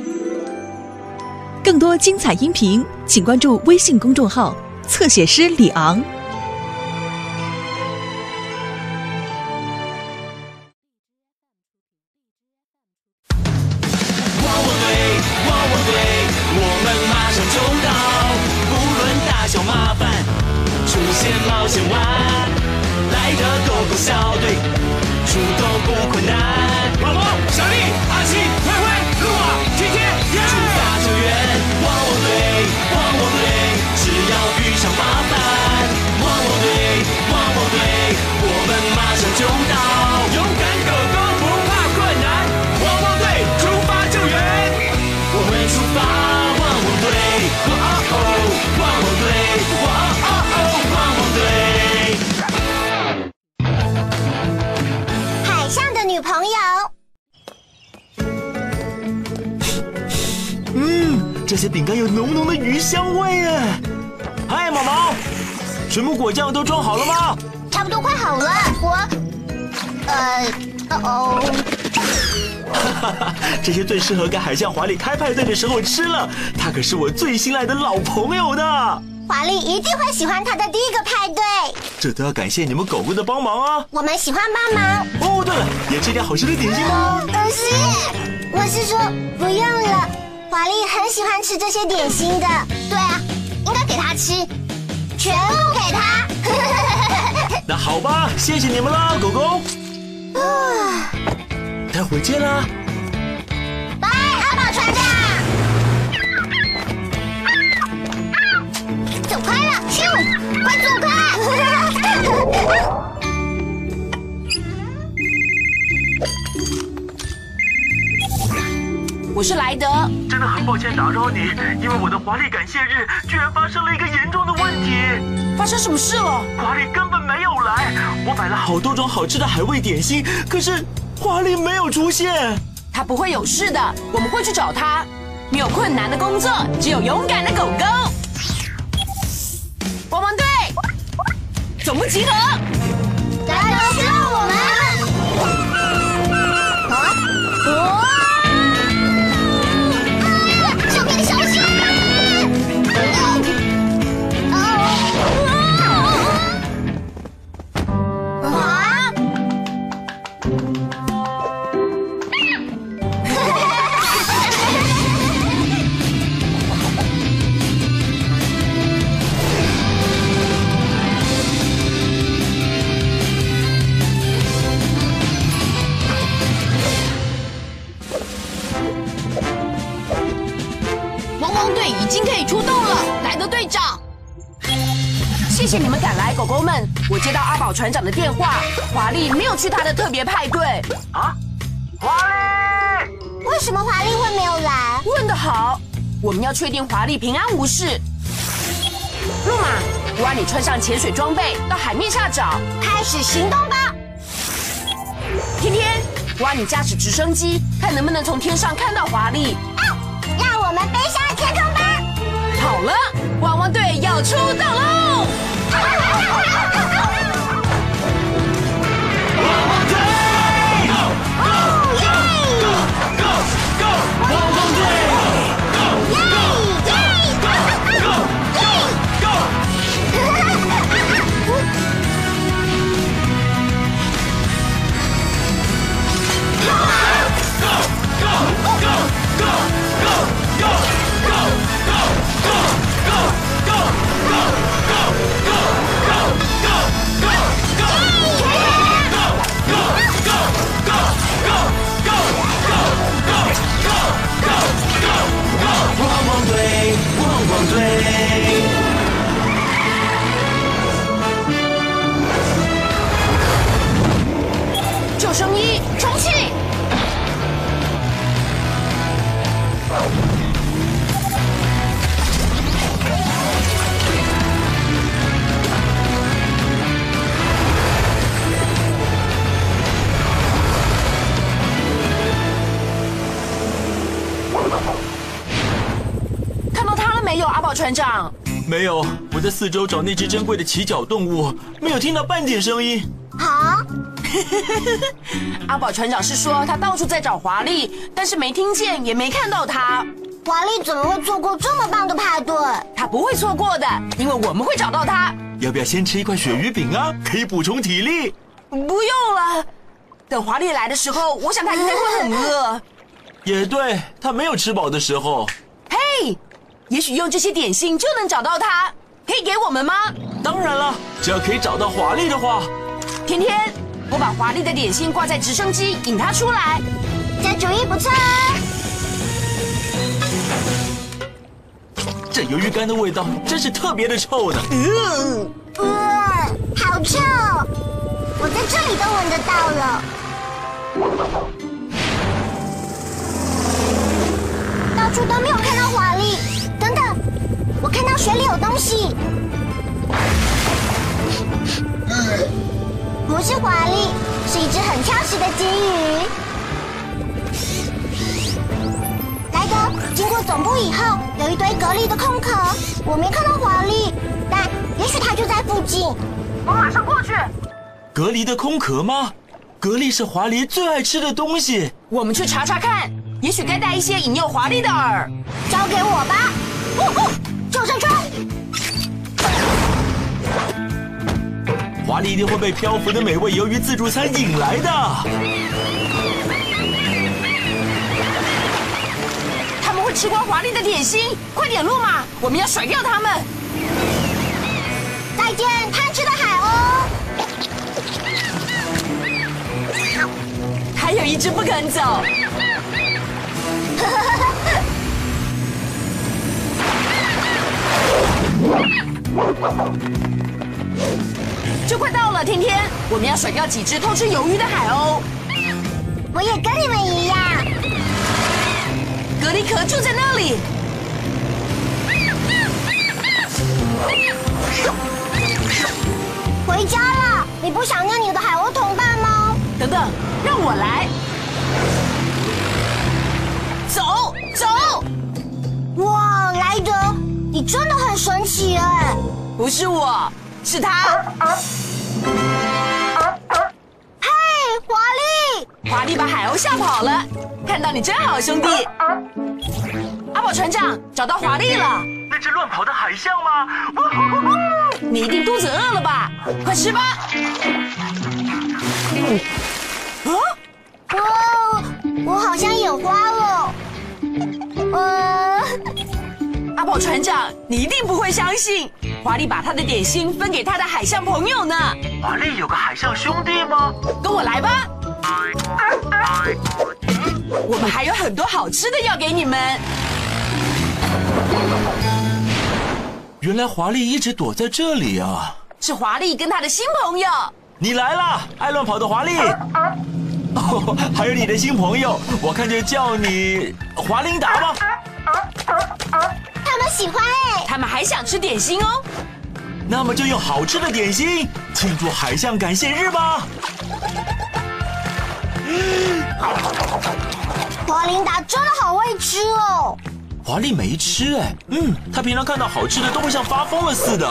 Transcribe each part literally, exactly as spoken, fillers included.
更多精彩音频，请关注微信公众号“侧写师李昂”。 汪汪队，汪汪队，我们马上就到，不论大小麻烦，出现冒险湾，来的狗狗小队，出动不困难。毛毛、小丽、阿奇、灰灰、露啊、天天，出发救援！汪汪队，汪汪队，只要遇上麻烦，汪汪队，汪汪队，我们马上就到，勇敢狗狗不怕困难，汪汪队出发救援！我们出发，汪汪队，哇哦哦，汪汪队，哇哦哦，汪汪队。 海上的女朋友。 嗯，这些饼干有浓浓的鱼香味耶！嗨，毛毛，全部果酱都装好了吗？ 差不多快好了，我，呃，哦哦，这些最适合跟海象华丽开派对的时候吃了。他可是我最信赖的老朋友的。 华丽一定会喜欢她的第一个派对。 这都要感谢你们狗狗的帮忙啊！ 我们喜欢帮忙。 哦，对了，也吃点好吃的点心吗？ 不是，我是说不用了。华丽很喜欢吃这些点心的。对啊，应该给她吃，全部给她。 那好吧，谢谢你们啦，狗狗。 啊， 待会见啦。 拜，阿宝船长。走开了，咻，快走开！ 我是莱德， 真的很抱歉打扰你，因为我的华丽感谢日居然发生了一个严重的问题。 发生什么事了？ 华丽根本没有来，我买了好多种好吃的海味点心，可是华丽没有出现。 他不会有事的，我们会去找他。没有困难的工作，只有勇敢的狗狗。汪汪队，总部集合！ 来来，需要我们。啊！哦！小便小心！啊！ 汪汪队已经可以出动了，莱德队长。谢谢你们赶来，狗狗们。我接到阿宝船长的电话，华丽没有去他的特别派对。 啊，华丽！ 为什么华丽会没有来？ 问得好，我们要确定华丽平安无事。路马，我让你穿上潜水装备，到海面下找。 开始行动吧！ 天天，我让你驾驶直升机，看能不能从天上看到华丽。 啊，让我们飞向天空吧！ 好了，汪汪队要出动喽！ 汪汪队 ，Go Go Go Go Go， 汪汪队 ，Go Go Go Go Go Go。 救生衣，充气！看到他了没有，阿宝船长？ 没有，我在四周找那只珍贵的鳍脚动物，没有听到半点声音。 好， 阿宝船长是说他到处在找华丽，但是没听见也没看到他。 华丽怎么会错过这么棒的派对？ 他不会错过的，因为我们会找到他。 要不要先吃一块鳕鱼饼啊？可以补充体力。 不用了，等华丽来的时候，我想他应该会很饿。 也对，他没有吃饱的时候。 嘿，也许用这些点心就能找到他，可以给我们吗？ 当然了，只要可以找到华丽的话。 天天，我把华丽的点心挂在直升机，引他出来。 这主意不错啊！ 这鱿鱼干的味道真是特别的臭呢。 嗯，呃，好臭！我在这里都闻得到了。到处都没有看到华丽。等等，我看到水里有东西。不是华丽，是一只很挑食的金鱼。莱德，经过总部以后，有一堆隔离的空壳，我没看到华丽，但也许它就在附近。 我马上过去。 隔离的空壳吗？蛤蜊是华丽最爱吃的东西。 我们去查查看，也许该带一些引诱华丽的饵。 交给我吧。哦哦，救生圈。 华丽一定会被漂浮的美味鱿鱼自助餐引来的。 他们会吃光华丽的点心，快点路嘛！我们要甩掉他们。 再见，贪吃的海鸥。 还有一只不肯走。就快到了，天天，我们要甩掉几只偷吃鱿鱼的海鸥。 我也跟你们一样。 蛤蜊壳就在那里。 回家了，你不想念你的海鸥同伴吗？ 等等，让我来。走走。 哇，莱德，你真的很神奇哎！ 不是我，是他。 嘿，华丽！ 华丽把海鸥吓跑了。看到你真好，兄弟。阿宝船长，找到华丽了。 那只乱跑的海象吗？ 你一定肚子饿了吧？快吃吧。啊！ 哦，我好像眼花了。呃， 阿宝船长，你一定不会相信，华丽把他的点心分给他的海象朋友呢。 华丽有个海象兄弟吗？ 跟我来吧。我们还有很多好吃的要给你们。 原来华丽一直躲在这里啊！ 是华丽跟他的新朋友。 你来啦，爱乱跑的华丽。哦，还有你的新朋友，我看就叫你华琳达吧。 他们喜欢哎。 他们还想吃点心哦。 那么就用好吃的点心庆祝海象感谢日吧。 华琳达真的好会吃哦。 华丽没吃哎，嗯，她平常看到好吃的都会像发疯了似的。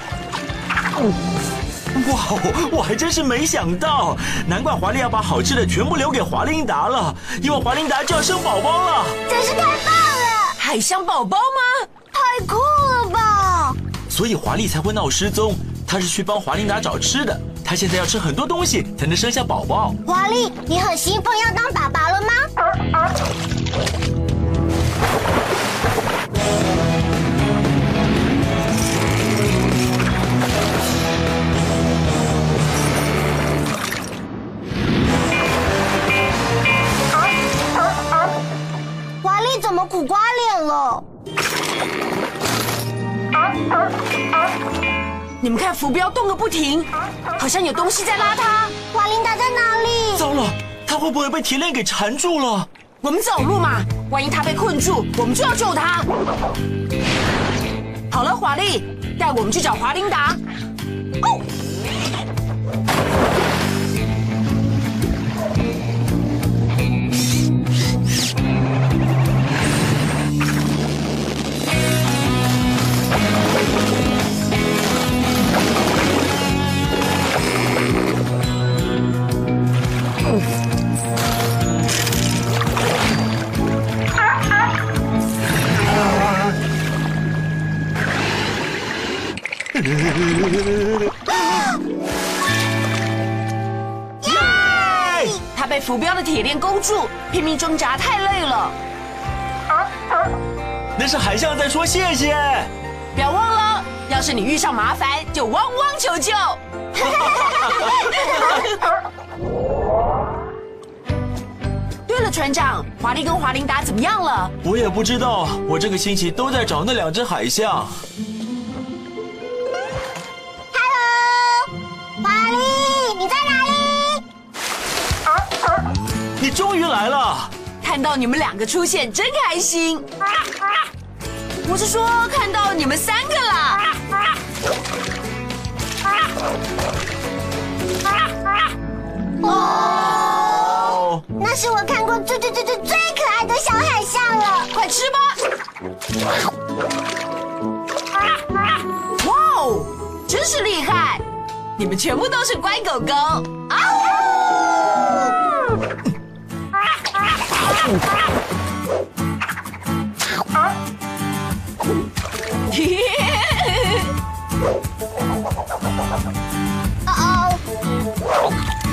哇，我还真是没想到，难怪华丽要把好吃的全部留给华琳达了，因为华琳达就要生宝宝了。 真是太棒了！ 海象宝宝吗？ 太酷了吧！ 所以华丽才会闹失踪，她是去帮华琳达找吃的。她现在要吃很多东西才能生下宝宝。 华丽，你很兴奋要当爸爸了吗？华丽怎么苦瓜脸了？ 你们看浮标动个不停，好像有东西在拉它。 华琳达在哪里？ 糟了，她会不会被铁链给缠住了？ 我们走路嘛，万一他被困住，我们就要救他。好了，华丽，带我们去找华琳达。哦。 耶！他被浮标的铁链勾住，拼命挣扎，太累了。 那是海象在说谢谢。 不要忘了，要是你遇上麻烦，就汪汪求救。对了，船长，华丽跟华琳达怎么样了？ 我也不知道，我这个星期都在找那两只海象。 Hello， 华丽，你在哪里？ 你终于来了！ 看到你们两个出现，真开心。我是说，看到你们三个啦。 哦，那是我看过最最最最最可爱的小海象了， 快吃吧！哇哦，真是厉害！你们全部都是乖狗狗啊！ 哦哦，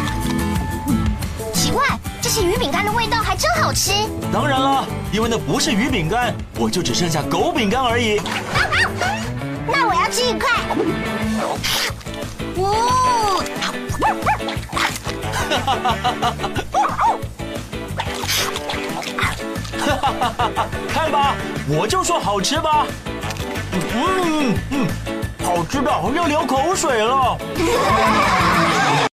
奇怪，这些鱼饼干的味道还真好吃。 当然了，因为那不是鱼饼干，我就只剩下狗饼干而已。 啊啊、那我要吃一块。哦， 看吧，我就说好吃吧。嗯嗯，好吃的要流口水了。